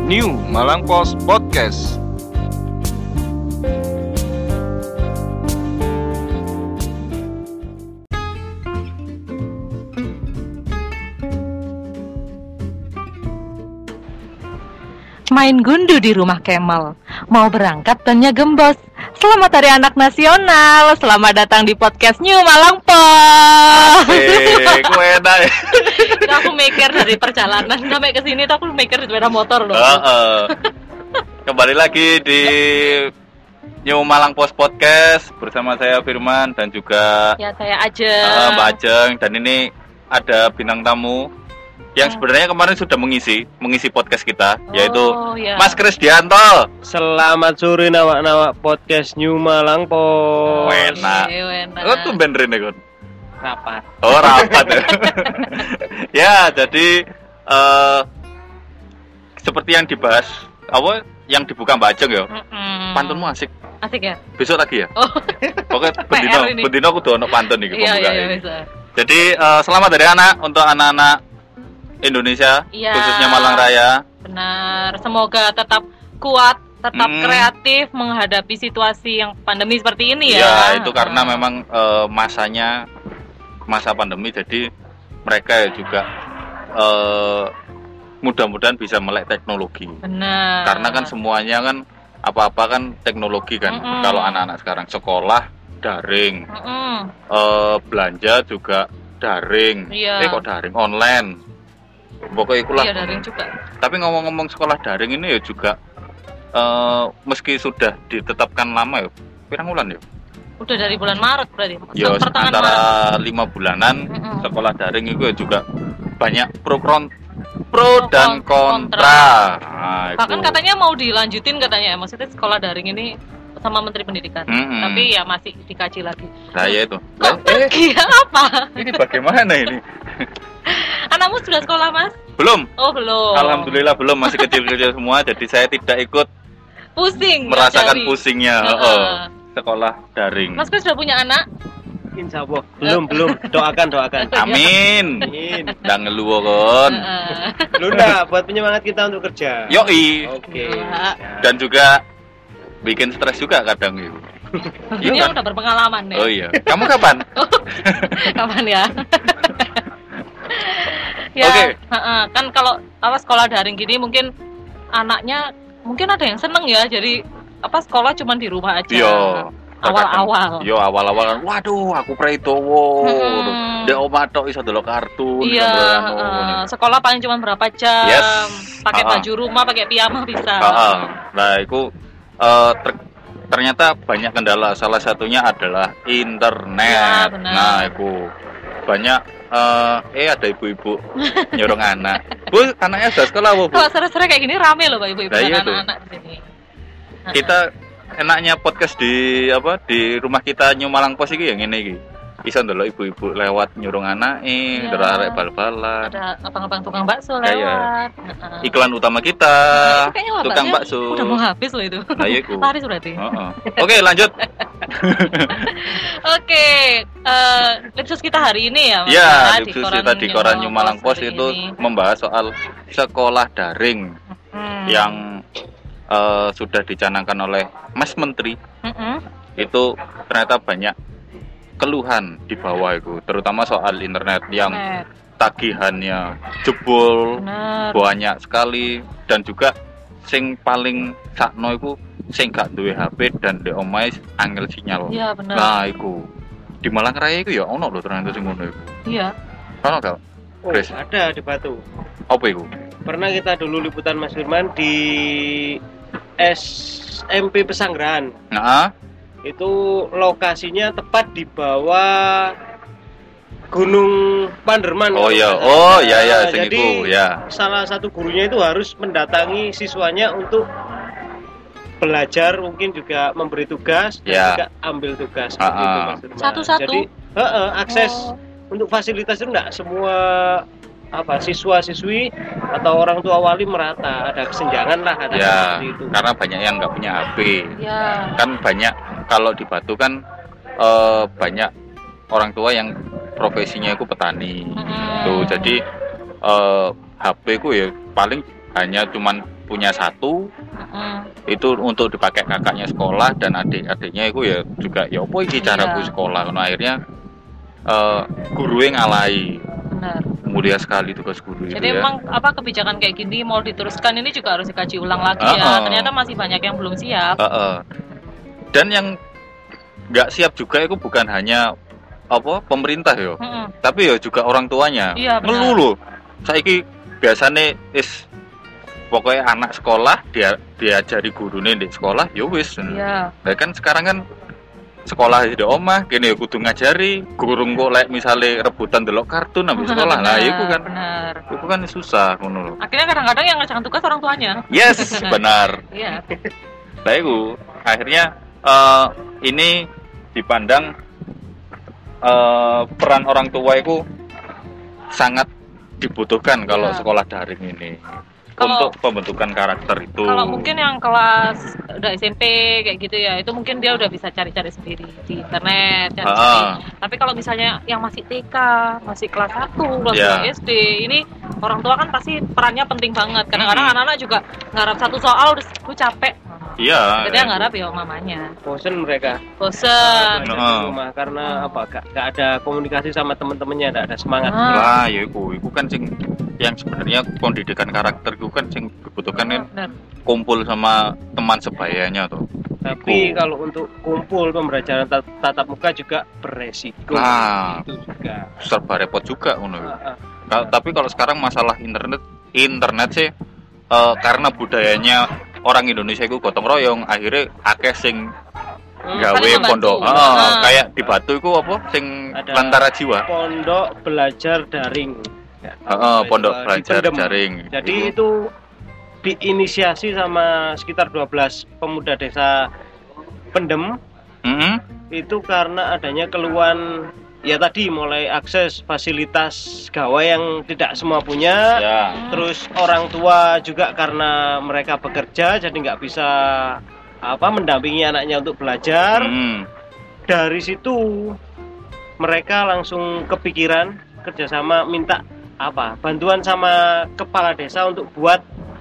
New Malang Post Podcast. Main gundu di rumah Kemal, mau berangkat bannya gembos. Selamat Hari Anak Nasional, selamat datang di podcast New Malang Post. Gue enak ya. Aku mikir dari perjalanan sampai ke sini tuh aku mikir di sepeda motor loh. Kembali lagi di New Malang Post Podcast bersama saya Firman dan juga Ya saya Ajeng. Mbak Ajeng, dan ini ada bintang tamu yang sebenarnya kemarin sudah mengisi podcast kita, yaitu ya. Mas Krisdianto. Selamat sore nawak-nawak podcast New Malang Post. Enak. Oh tuh bener ini kon. Rapat. Oh rapat. Ya jadi seperti yang dibahas, yang dibuka Mbak Ajeng ya. Pantunmu asik. Asik ya? Besok lagi ya? Oh. Pokoknya bendino aku udah ono pantun nih Iya, bisa. Jadi selamat Hari Anak untuk anak-anak Indonesia, khususnya Malang Raya. Benar, semoga tetap kuat, tetap kreatif menghadapi situasi yang pandemi seperti ini ya. Ya, itu karena memang masa pandemi, jadi mereka ya juga mudah-mudahan bisa melek teknologi. Benar. Karena kan semuanya kan apa-apa kan teknologi kan. Kalau anak-anak sekarang sekolah daring, belanja juga daring. Kok daring online. Pokoknya itulah. Iya, daring juga. Tapi ngomong-ngomong sekolah daring ini ya juga meski sudah ditetapkan lama ya, pirang bulan ya? Udah dari bulan Maret berarti. Ya antara 5 bulanan sekolah daring itu ya juga banyak pro dan kontra. Nah, bahkan katanya mau dilanjutin katanya, maksudnya sekolah daring ini sama Menteri Pendidikan. Tapi ya masih dikaji lagi. Nah ya itu. Apa? Ini bagaimana ini? Anakmu sudah sekolah, Mas? Belum. Oh, belum. Alhamdulillah belum, masih kecil-kecil semua, jadi saya tidak ikut merasakan pusingnya sekolah daring. Mas sudah punya anak? Insya Allah. Belum. Doakan. Amin. Udah ngeluh kon. Luna buat penyemangat kita untuk kerja. Yoi. Oke. Dan juga bikin stres juga kadang itu. Ini yang udah berpengalaman ya. Oh iya. Kamu kapan? Kapan ya? Ya, kan kalau sekolah daring gini mungkin anaknya mungkin ada yang seneng ya, jadi sekolah cuma di rumah aja. Awal-awal. Yo awal-awal kan, waduh aku preitowo. Dek omah tok iso delok kartun. Iya, sekolah paling cuma berapa jam. Pakai baju rumah, pakai piyama bisa. Nah, itu ternyata banyak kendala. Salah satunya adalah internet. Ya, nah, itu banyak ada ibu-ibu nyorong anak. Bu, anaknya sudah sekolah, Bu. Kalau sore-sore kayak gini rame loh Pak ibu-ibu dan anak-anak di sini. Kita enaknya podcast di rumah kita New Malang Post iki yang ngene iki. Iso ndelok ibu-ibu lewat nyurung anake, ndelok arek bal-balan. Ada abang-abang tukang bakso lewat. Iklan utama kita, tukang bakso. Udah mau habis loh itu. Nah, iya, laris berarti. Oke, lanjut. Oke, Lipsus kita hari ini ya. Ya, Lipsus kita di koran New Malang Post itu membahas soal sekolah daring yang sudah dicanangkan oleh Mas Menteri. Itu ternyata banyak keluhan di bawah itu, terutama soal internet yang tagihannya jebol. Banyak sekali, dan juga sing paling sakno iku sing gak duwe HP dan di omahe angel sinyal. Iya, bener. Nah, iku di Malang Raya iku ya ono lho ternyata sing ngono iku. Iya. Ono gak? Chris? Ada di Batu. Apa iku? Pernah kita dulu liputan Mas Firman di SMP Pesanggerahan. Itu lokasinya tepat di bawah Gunung Panderman. Iya, sing iku ya. Salah satu gurunya itu harus mendatangi siswanya untuk belajar, mungkin juga memberi tugas dan juga ambil tugas. Satu-satu. Jadi akses untuk fasilitas itu enggak semua siswa-siswi atau orang tua wali merata, ada kesenjangan lah seperti itu. Karena banyak yang nggak punya HP. Kan banyak kalau di Batu kan banyak orang tua yang profesinya itu petani. Tuh, jadi HP ku ya paling hanya cuman punya satu, itu untuk dipakai kakaknya sekolah dan adik-adiknya itu ya juga ya apa iki caraku sekolah. Nah, akhirnya gurunya ngalai. Benar. Mulia sekali tugas guru. Jadi itu emang apa kebijakan kayak gini mau diteruskan ini juga harus dikaji ulang lagi ya. Ternyata masih banyak yang belum siap. Dan yang nggak siap juga itu bukan hanya apa pemerintah yo, tapi ya juga orang tuanya. Iya, ngeluh loh. Saiki biasanya pokoknya anak sekolah diajari gurune di sekolah ya wis. Iya. Nah, kan sekarang kan sekolah di omah kene ya kudu ngajari, gurung kok lek misale rebutan delok kartun nang sekolah. Nah, iku kan. Benar. Iku kan susah ngono lho. Akhirnya kadang-kadang yang ngerjakan tugas orang tuanya. Yes, benar. Iya. Nah, iku akhirnya ini dipandang peran orang tua itu sangat dibutuhkan kalau sekolah daring ini. Untuk pembentukan karakter itu. Kalau mungkin yang kelas udah SMP kayak gitu ya, itu mungkin dia udah bisa cari-cari sendiri di internet, cari-cari. Tapi kalau misalnya yang masih TK, masih kelas 1, kelas 2 SD, ini orang tua kan pasti perannya penting banget. Kadang-kadang anak-anak juga ngarap satu soal udah capek. Iya. Jadi yang ngarap ya mamanya. Bosen mereka. Bosen. Di rumah karena apa? Gak ada komunikasi sama teman-temannya, gak ada semangat. Lah, ya iku kan sing yang sebenarnya pendidikan karakter itu kan sing dibutuhkan kan kumpul sama teman sebayanya tuh. Tapi kalau untuk kumpul pembelajaran tatap muka juga beresiko. Nah, itu juga serba repot juga ngono. Tapi kalau sekarang masalah internet sih karena budayanya orang Indonesia itu gotong royong, akhirnya akeh sing gawe pondok. Kayak di Batu itu apa sing Lantara Jiwa. Pondok belajar daring. Pondok belajar daring. Jadi itu diinisiasi sama sekitar 12 pemuda desa Pendem. Itu karena adanya keluhan ya tadi mulai akses fasilitas gawai yang tidak semua punya. Terus orang tua juga karena mereka bekerja jadi nggak bisa mendampingi anaknya untuk belajar. Dari situ mereka langsung kepikiran kerjasama minta bantuan sama kepala desa untuk buat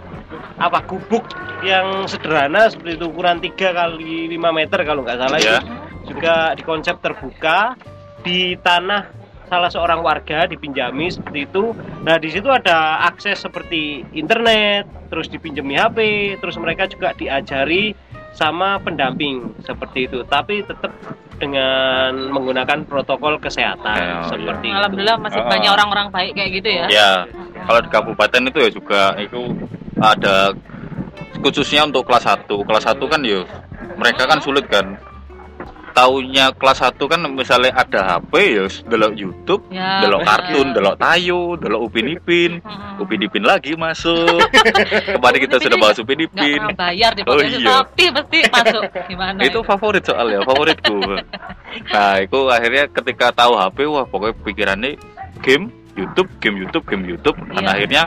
gubuk yang sederhana seperti itu, ukuran 3x5 meter kalau nggak salah. Itu juga di konsep terbuka di tanah salah seorang warga, dipinjami seperti itu. Nah, di situ ada akses seperti internet, terus dipinjami HP, terus mereka juga diajari sama pendamping seperti itu, tapi tetap dengan menggunakan protokol kesehatan seperti itu. Alhamdulillah masih banyak orang-orang baik kayak gitu ya. Ya, kalau di kabupaten itu ya juga itu ada khususnya untuk kelas 1. Kelas 1 kan ya mereka kan sulit kan. Taunya kelas 1 kan misalnya ada HP ya delok YouTube, delok kartun, delok Tayo, delok Upin Ipin. Upin Ipin lagi masuk. Kemarin kita sudah bahas Upin Ipin. Enggak bayar di podcast tapi pasti masuk. Gimana? Itu favorit soalnya, favoritku. Nah, itu akhirnya ketika tahu HP, wah pokoknya pikirannya game YouTube. Dan akhirnya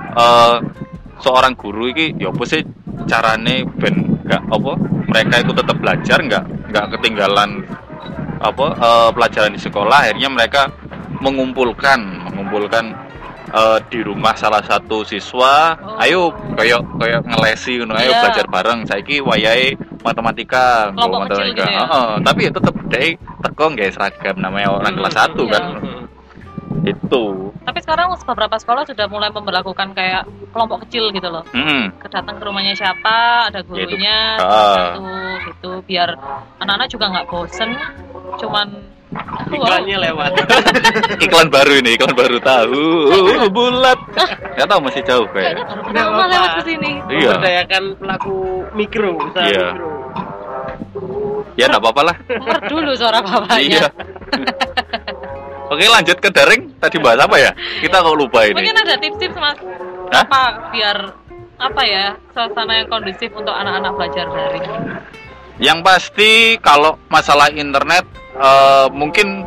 seorang guru ini ya apa sih carane ben mereka itu tetap belajar nggak ketinggalan pelajaran di sekolah. Akhirnya mereka mengumpulkan di rumah salah satu siswa. Ayo kayak ngelesi ngono, ayo belajar bareng. Saiki wayahe matematika, kecil gitu ya? Tapi ya tetap deh teko nggak seragam namanya orang kelas 1 kan. Itu. Tapi sekarang beberapa sekolah sudah mulai memberlakukan kayak kelompok kecil gitu loh. Kedatang ke rumahnya siapa, ada gurunya satu gitu, biar anak-anak juga nggak bosen. Cuman iklannya lewat. Iklan baru tahu bulat. Nggak tahu masih jauh kayaknya baru pertama lewat ke sini. Memberdayakan pelaku mikro, usaha mikro. Ya nggak apa-apa lah. Dengar dulu suara bapaknya. Oke, lanjut ke daring. Tadi bahas apa ya? Kita kok lupa ini. Mungkin ada tips-tips Mas. Biar suasana yang kondusif untuk anak-anak belajar daring. Yang pasti kalau masalah internet mungkin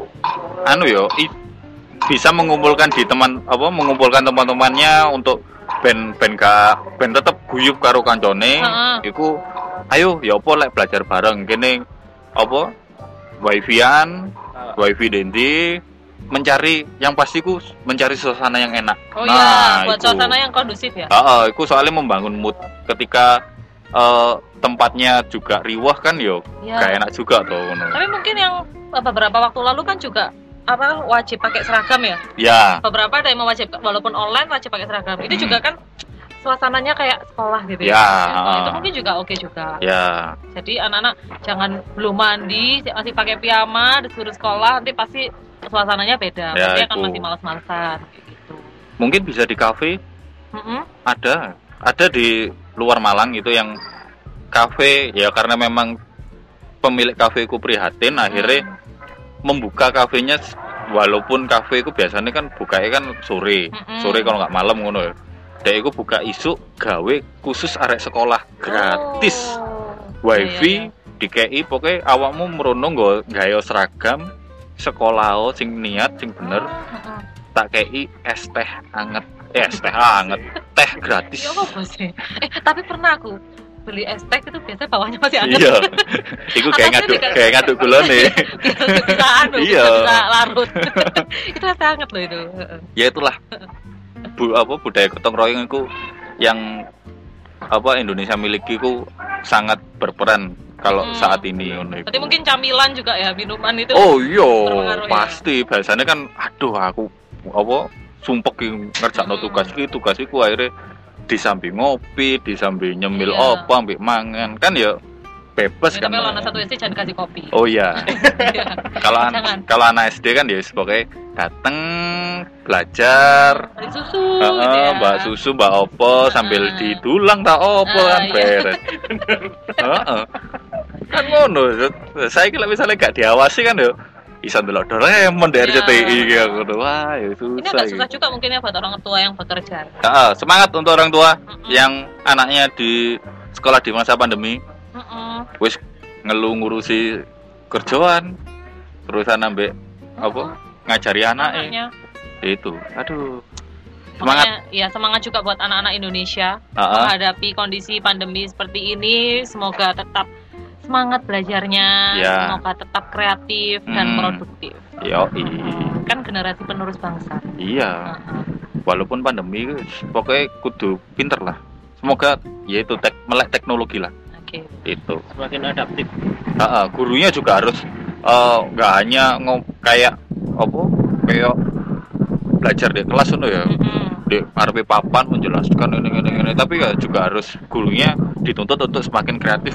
bisa mengumpulkan mengumpulkan teman-temannya untuk ben tetap guyub karo kancane. Iku ayo ya apa lek belajar bareng kene wifi dendi mencari yang pastiku mencari suasana yang enak. Oh iya, buat suasana yang kondusif ya. Itu soalnya membangun mood ketika tempatnya juga riwah kan yo, gak enak juga tuh. Tapi mungkin yang beberapa waktu lalu kan juga wajib pakai seragam ya. Ya. Beberapa ada yang wajib walaupun online wajib pakai seragam. Itu juga kan suasananya kayak sekolah gitu ya. Itu mungkin juga oke juga. Ya. Jadi anak-anak jangan belum mandi masih pakai piyama disuruh sekolah, nanti pasti suasananya beda. Ya, pasti akan masih malas-malasan gitu. Mungkin bisa di kafe. Ada di luar Malang itu yang kafe ya, karena memang pemilik kafe ku prihatin akhirnya membuka kafenya, walaupun kafe ku biasanya kan bukanya kan sore kalau nggak malam ngono ya. Dia itu buka isu gawe khusus arek sekolah gratis. Wifi dikei pokoknya awakmu merono nggawe seragam sekolah sing niat sing bener. Tak kei es teh anget. Teh gratis. Ya apa sih? Tapi pernah aku beli es teh itu biasanya bawahnya masih anget. Iya. Iku kayak ngaduk gulone. Iya. Bisa larut. Itu es teh anget loh itu. Ya itulah. Budaya gotong royong itu yang Indonesia miliki ku sangat berperan kalau saat ini. Berarti mungkin camilan juga ya, minuman itu. Oh iya, pasti. Biasanya kan aku sumpek ngerjakno tugas iku akhirnya disambi ngopi, disambi nyemil ambek mangan. Kan ya bebas kan. Tapi kalau anak 1 SD jangan kasih kopi. Oh iya. Kalau anak SD kan ya pokoknya dateng belajar. Susu gitu ya. Mbak susu, mbak opo sambil didulang tak opo kan beres. Kan ngono. Saya kira misalnya gak diawasi kan ya bisa ndelok Doraemon dari RCTI gitu. Wah, ya susah. Ini agak susah juga mungkin ya buat orang tua yang bekerja. Semangat untuk orang tua yang anaknya di sekolah di masa pandemi. Wis ngelu ngurusi kerjaan, terusan ambek ngajari anaknya. Itu. Aduh. Semangat. Makanya, ya semangat juga buat anak-anak Indonesia menghadapi kondisi pandemi seperti ini. Semoga tetap semangat belajarnya, semoga tetap kreatif dan produktif. Kan generasi penerus bangsa. Iya. Walaupun pandemi, pokoknya kudu pinter lah. Semoga yaitu melek teknologi lah. Itu. Semakin adaptif. Gurunya juga harus nggak hanya kayak belajar di kelas ya. Di RP papan menjelaskan ini, tapi ya juga harus gurunya dituntut untuk semakin kreatif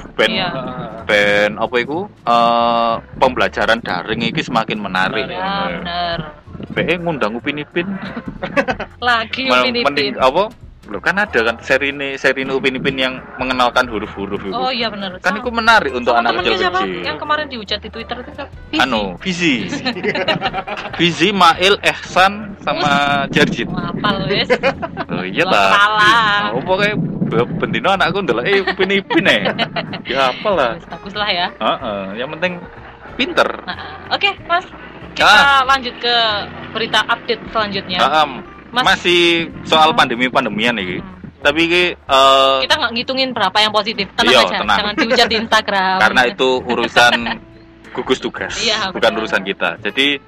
pembelajaran daring ini semakin menarik. Benar. Ngundang Upin Ipin. Lagi Upin Ipin. Loh kan ada kan seri ini Upin Ipin yang mengenalkan huruf-huruf itu. Oh iya benar. Kan itu menarik untuk anak kecil-kecil. Yang kemarin dihujat di Twitter itu Fizi. Fizi, Mail, Ehsan sama Jarjit. Hafal wis. Oh iya ta. Pokoknya bendino anakku ndelok Upin Ipin ya hafal lah. Bagus lah ya. Yang penting pinter. Oke, Mas. Kita lanjut ke berita update selanjutnya. Masih soal pandemi-pandemian nih. Tapi kita nggak ngitungin berapa yang positif. Tenang aja, jangan dihujat di Instagram. Karena itu urusan gugus tugas, bukan urusan kita. Jadi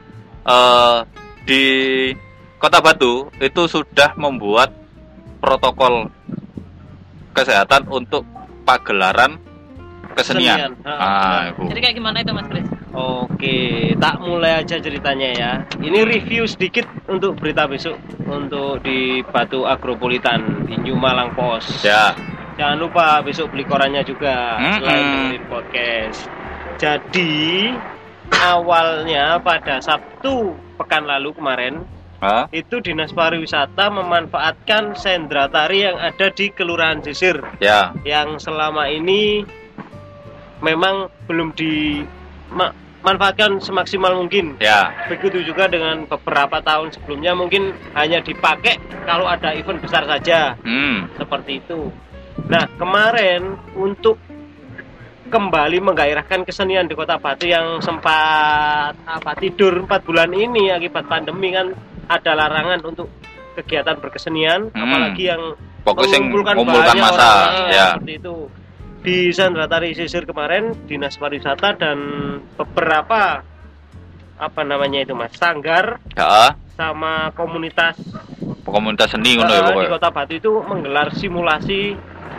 di Kota Batu itu sudah membuat protokol kesehatan untuk pagelaran kesenian. Jadi kayak gimana itu Mas Chris? Oke, tak mulai aja ceritanya ya. Ini review sedikit untuk berita besok untuk di Batu Agropolitan di New Malang Post. Ya. Jangan lupa besok beli korannya juga selain dengerin podcast. Jadi awalnya pada Sabtu pekan lalu kemarin itu Dinas Pariwisata memanfaatkan sendra tari yang ada di Kelurahan Sisir. Ya. Yang selama ini memang belum dimanfaatkan semaksimal mungkin. Ya. Begitu juga dengan beberapa tahun sebelumnya mungkin hanya dipakai kalau ada event besar saja. Seperti itu. Nah, kemarin untuk kembali menggairahkan kesenian di Kota Batu yang sempat tidur 4 bulan ini akibat pandemi kan ada larangan untuk kegiatan berkesenian, apalagi yang mengumpulkan massa ya. Seperti itu. Di Sendra Tari Sisir kemarin Dinas Pariwisata dan beberapa apa namanya itu Mas, sanggar ya, sama komunitas seni ngono ya pokoknya. Di Kota Batu itu menggelar simulasi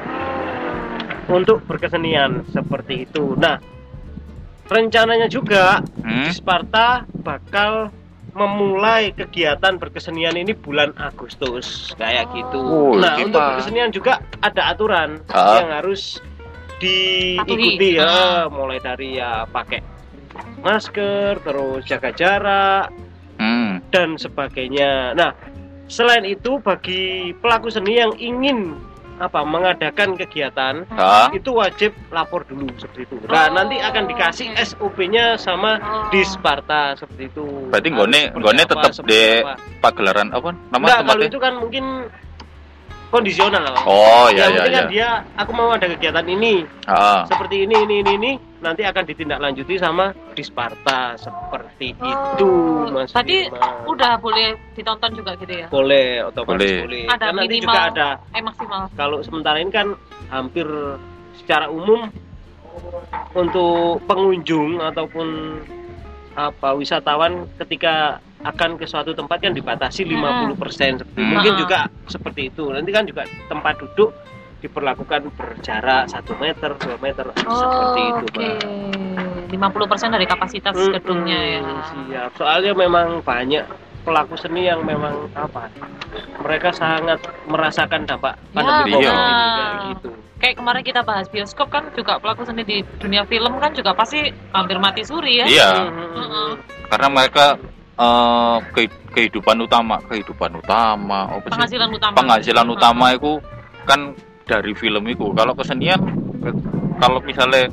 untuk berkesenian seperti itu. Nah, rencananya juga di Sparta bakal memulai kegiatan berkesenian ini bulan Agustus kayak gitu. Nah, untuk berkesenian juga ada aturan yang harus diikuti ya, mulai dari ya pakai masker, terus jaga jarak dan sebagainya. Nah, selain itu bagi pelaku seni yang ingin mengadakan kegiatan itu wajib lapor dulu seperti itu. Nah, nanti akan dikasih SOP-nya sama di Sparta seperti itu. Berarti nggone tetap di pagelaran apa nama tempatnya? Kalau itu kan mungkin kondisional lah. Oh iya iya. Kan dia aku mau ada kegiatan ini. Seperti ini nanti akan ditindaklanjuti sama di Sparta seperti itu, Mas. Tadi udah boleh ditonton juga gitu ya? Boleh, otomatis boleh. Ada nanti minimal, juga ada maksimal. Kalau sementara ini kan hampir secara umum untuk pengunjung ataupun wisatawan ketika akan ke suatu tempat kan dibatasi 50% seperti mungkin juga seperti itu. Nanti kan juga tempat duduk diperlakukan berjarak 1 meter, 2 meter seperti itu, Pak. 50% dari kapasitas gedungnya ya. Siap. Soalnya memang banyak pelaku seni yang memang mereka sangat merasakan dampak pandemi ini kayak gitu. Kayak kemarin kita bahas bioskop kan juga pelaku seni di dunia film kan juga pasti hampir mati suri ya. Iya. Karena mereka kehidupan utama penghasilan utama itu kan dari film itu. Kalau kesenian, kalau misalnya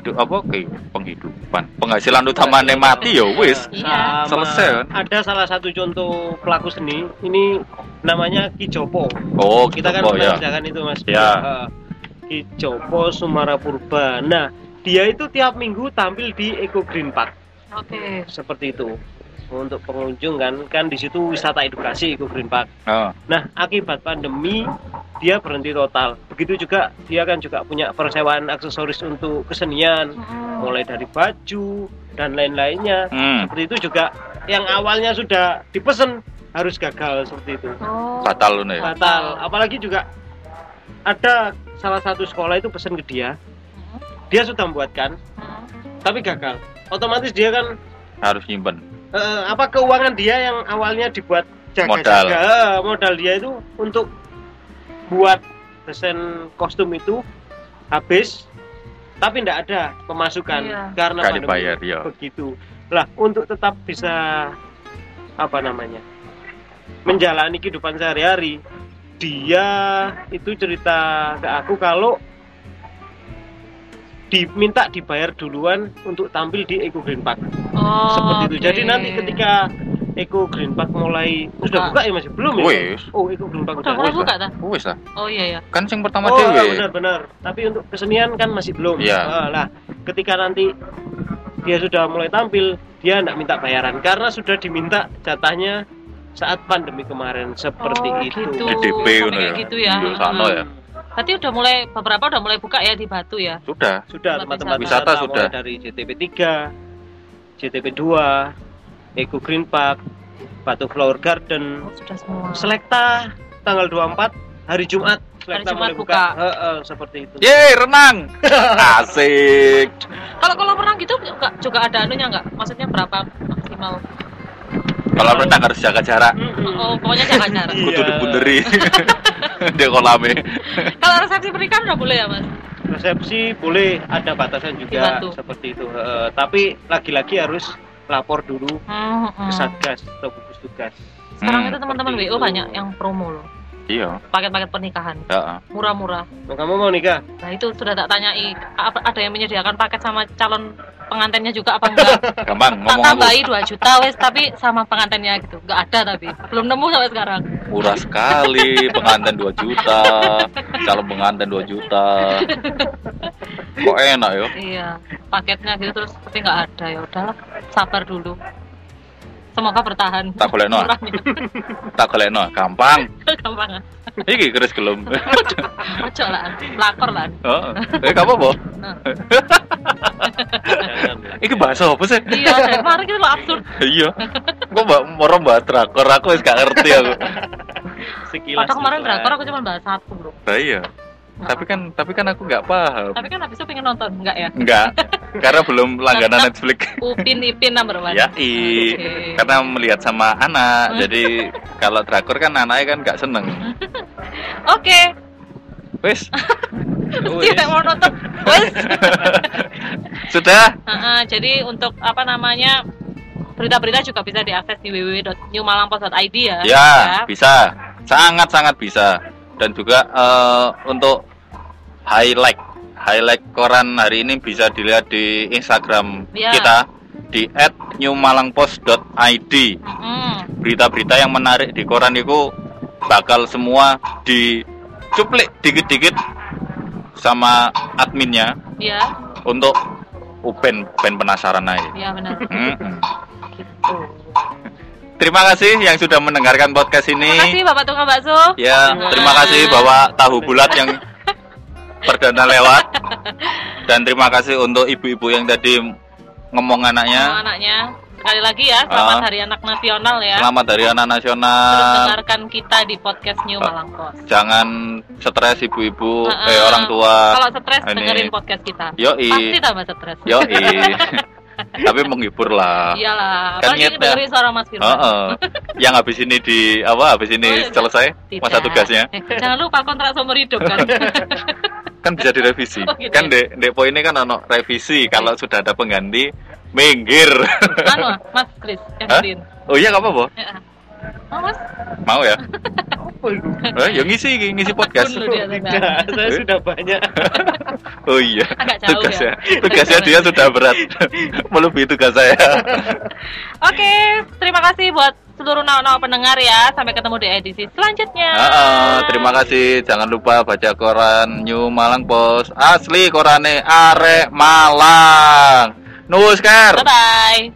penghasilan utamanya mati ya wis selesai. Ada salah satu contoh pelaku seni ini namanya Ki Jopo. Kita kan mengerjakan itu Mas. Ya. Ki Jopo Sumara Purba. Nah, dia itu tiap minggu tampil di Eco Green Park. Seperti itu. Untuk pengunjung kan di situ wisata edukasi Eco Green Park. Nah, akibat pandemi dia berhenti total. Begitu juga dia kan juga punya persewaan aksesoris untuk kesenian, mulai dari baju dan lain-lainnya. Seperti itu juga yang awalnya sudah dipesan harus gagal seperti itu. Batal loh ya. Batal. Apalagi juga ada salah satu sekolah itu pesan ke dia. Dia sudah membuatkan, tapi gagal. Otomatis dia kan harus nyimpen. Keuangan dia yang awalnya dibuat jaga-jaga, modal dia itu untuk buat desain kostum itu habis, tapi tidak ada pemasukan karena pandemi dibayar, begitu. Lah, untuk tetap bisa menjalani kehidupan sehari-hari, dia itu cerita ke aku kalau diminta dibayar duluan untuk tampil di Eco Green Park. Seperti itu. Jadi nanti ketika Eco Green Park mulai sudah buka ya masih belum ya? Eco Green Park udah mulai buka dah? Wis lah. Oh iya ya. Kan yang pertama dewe. Benar. Tapi untuk kesenian kan masih belum. Lah, ketika nanti dia sudah mulai tampil, dia enggak minta bayaran karena sudah diminta jatahnya saat pandemi kemarin seperti itu. Gitu. Di DP gitu ya. Berarti beberapa udah mulai buka ya di Batu ya? Sudah tempat-tempat wisata sudah dari JTP 3, JTP 2, Eco Green Park, Batu Flower Garden, sudah semua. Selekta tanggal 24 hari Jumat. Selekta mulai buka. Seperti itu. Yeay, renang. Asik. Kalau renang gitu juga ada anunya nggak? Maksudnya berapa maksimal? Kalau renang harus jaga jarak. Pokoknya jaga jarak. Kudu dibunderi. Dia kolame. Kalau resepsi pernikahan udah boleh ya Mas? Resepsi boleh, ada batasan juga seperti itu. Tapi lagi-lagi harus lapor dulu ke Satgas atau gugus tugas. Sekarang itu teman-teman WO banyak yang promo loh. Iya. Paket-paket pernikahan. Murah-murah. Kamu mau nikah? Nah itu sudah tak tanyai. Ada yang menyediakan paket sama calon pengantinnya juga apa enggak? Gampang ngomong. Tambahi 2 juta wes, tapi sama pengantinnya gitu. Enggak ada tapi. Belum nemu sampai sekarang. Murah sekali, pengantin 2 juta, calon pengantin 2 juta. Kok enak ya? Iya, paketnya gitu terus tapi enggak ada. Ya udahlah, sabar dulu. Semoga bertahan. Tak golekno, gampang. Gampang. Iki keris gelem. Ojo lah, lakor lah. Oh, gak apa-apa. Iki bahasa apa sih? Iya, dari kemarin kita lo absurd. Iya. Kok moro bahas drakor, aku wis gak ngerti aku. Padahal kemarin drakor aku cuma bahas satu, Bro. Nah, iya. Tapi kan aku nggak paham. Tapi kan habis itu pengen nonton, enggak ya? Enggak, karena belum langganan Netflix. Upin Ipin number one. Ya, okay. Karena melihat sama anak, jadi kalau drakor kan anaknya kan nggak seneng. Oke. Wes. Tidak mau nonton. Wes. Sudah. Jadi untuk apa namanya berita-berita juga bisa diakses di www.newmalangpost.id ya. Ya, bisa, sangat bisa. Dan juga untuk highlight koran hari ini bisa dilihat di Instagram kita di @newmalangpost.id. Berita-berita yang menarik di koran itu bakal semua dicuplik dikit-dikit sama adminnya. Iya. Untuk ben penasaran aja. Iya benar. Gitu. Terima kasih yang sudah mendengarkan podcast ini. Terima kasih Bapak Tukang Bakso. Ya, terima kasih Bapak Tahu Bulat yang perdana lewat. Dan terima kasih untuk ibu-ibu yang tadi ngomong anaknya. Sekali lagi ya, selamat Hari Anak Nasional ya. Selamat Hari Anak Nasional. Terus dengarkan kita di podcast New Malang Post. Jangan stres ibu-ibu, orang tua. Kalau stres dengerin podcast kita. Yoi. Pasti tambah stres. Yoi. Tapi menghibur lah. Iyalah. Kan apalagi dengerin suara Mas Firman. Yang habis ini selesai masa tugasnya. Jangan lupa kontrak seumur hidup kan. Kan bisa direvisi. Gitu kan ya? Dek poin ini kan ono revisi kalau sudah ada pengganti minggir. Mas Kris yang Oh iya nggak apa-apa. Mau Mas? Mau ya. Ya ngisi podcast. Saya sudah banyak. Oh iya. Agak jauh tugasnya dia sudah berat. Melebihi tugas saya. Oke, terima kasih buat seluruh nawa-nawa pendengar ya. Sampai ketemu di edisi selanjutnya. Terima kasih. Jangan lupa baca koran New Malang Post. Asli korane arek Malang. Nuskar. Bye-bye.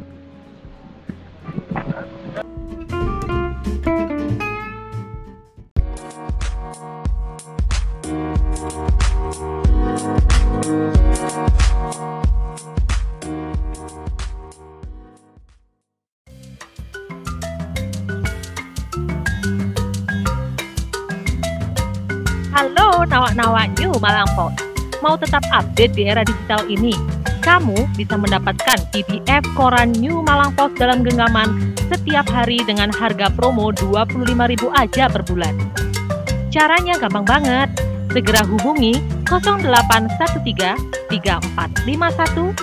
Halo nawa-nawa New Malang Post. Mau tetap update di era digital ini? Kamu bisa mendapatkan PDF koran New Malang Post dalam genggaman setiap hari dengan harga promo 25.000 aja per bulan. Caranya gampang banget. Segera hubungi 0813 3451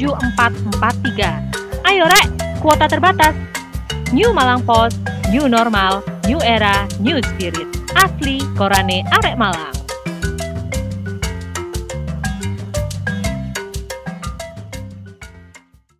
7443. Ayo rek, kuota terbatas. New Malang Post, new normal, new era, new spirit. Asli korane arek Malang.